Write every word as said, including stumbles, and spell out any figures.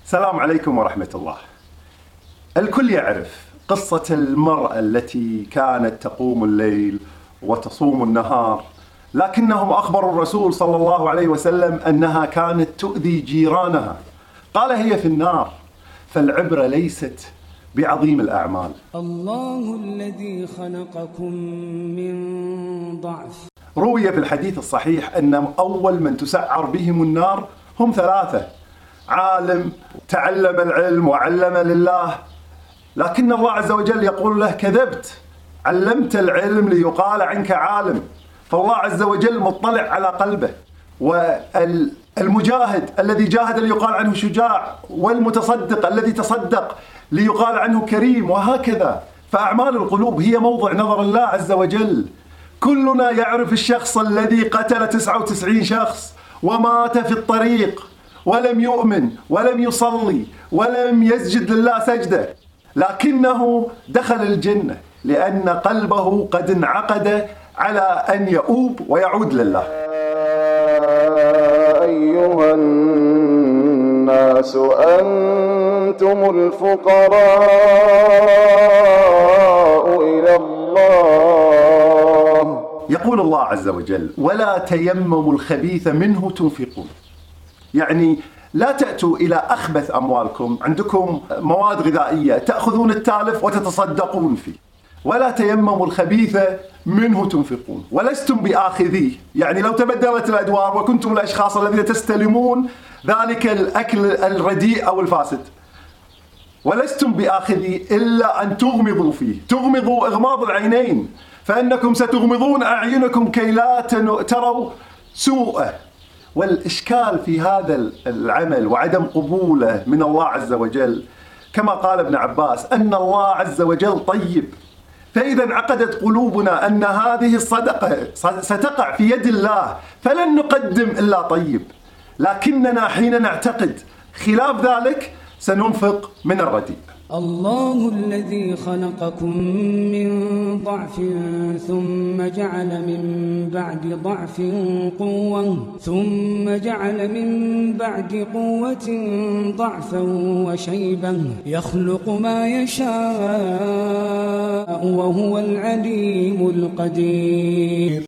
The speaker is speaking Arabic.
السلام عليكم ورحمة الله. الكل يعرف قصة المرأة التي كانت تقوم الليل وتصوم النهار، لكنهم أخبروا الرسول صلى الله عليه وسلم أنها كانت تؤذي جيرانها، قال هي في النار. فالعبرة ليست بعظيم الأعمال. الله الذي خلقكم من ضعف. روي في الحديث الصحيح أن أول من تسعر بهم النار هم ثلاثة: عالم تعلم العلم وعلم لله، لكن الله عز وجل يقول له: كذبت، علمت العلم ليقال عنك عالم. فالله عز وجل مطلع على قلبه. والمجاهد الذي جاهد ليقال عنه شجاع، والمتصدق الذي تصدق ليقال عنه كريم، وهكذا. فأعمال القلوب هي موضع نظر الله عز وجل. كلنا يعرف الشخص الذي قتل تسعة وتسعين شخص ومات في الطريق ولم يؤمن ولم يصلي ولم يسجد لله سجدة، لكنه دخل الجنة لأن قلبه قد انعقد على أن يؤوب ويعود لله. أيها الناس أنتم الفقراء إلى الله. يقول الله عز وجل: ولا تيمموا الخبيث منه تنفقون. يعني لا تأتوا إلى أخبث أموالكم، عندكم مواد غذائية تأخذون التالف وتتصدقون فيه. ولا تيمموا الخبيث منه تنفقون ولستم بآخذيه. يعني لو تبدلت الأدوار وكنتم الأشخاص الذين تستلمون ذلك الأكل الرديء أو الفاسد، ولستم بآخذيه إلا أن تغمضوا فيه. تغمضوا إغماض العينين، فإنكم ستغمضون أعينكم كي لا تروا سوءه. والإشكال في هذا العمل وعدم قبوله من الله عز وجل، كما قال ابن عباس، أن الله عز وجل طيب. فإذا انعقدت قلوبنا أن هذه الصدقة ستقع في يد الله فلن نقدم إلا طيب، لكننا حين نعتقد خلاف ذلك سننفق من الرديء. الله الذي خلقكم من ضعف ثم جعل من بعد ضعف قوة ثم جعل من بعد قوة ضعفا وشيبا يخلق ما يشاء وهو العليم القدير.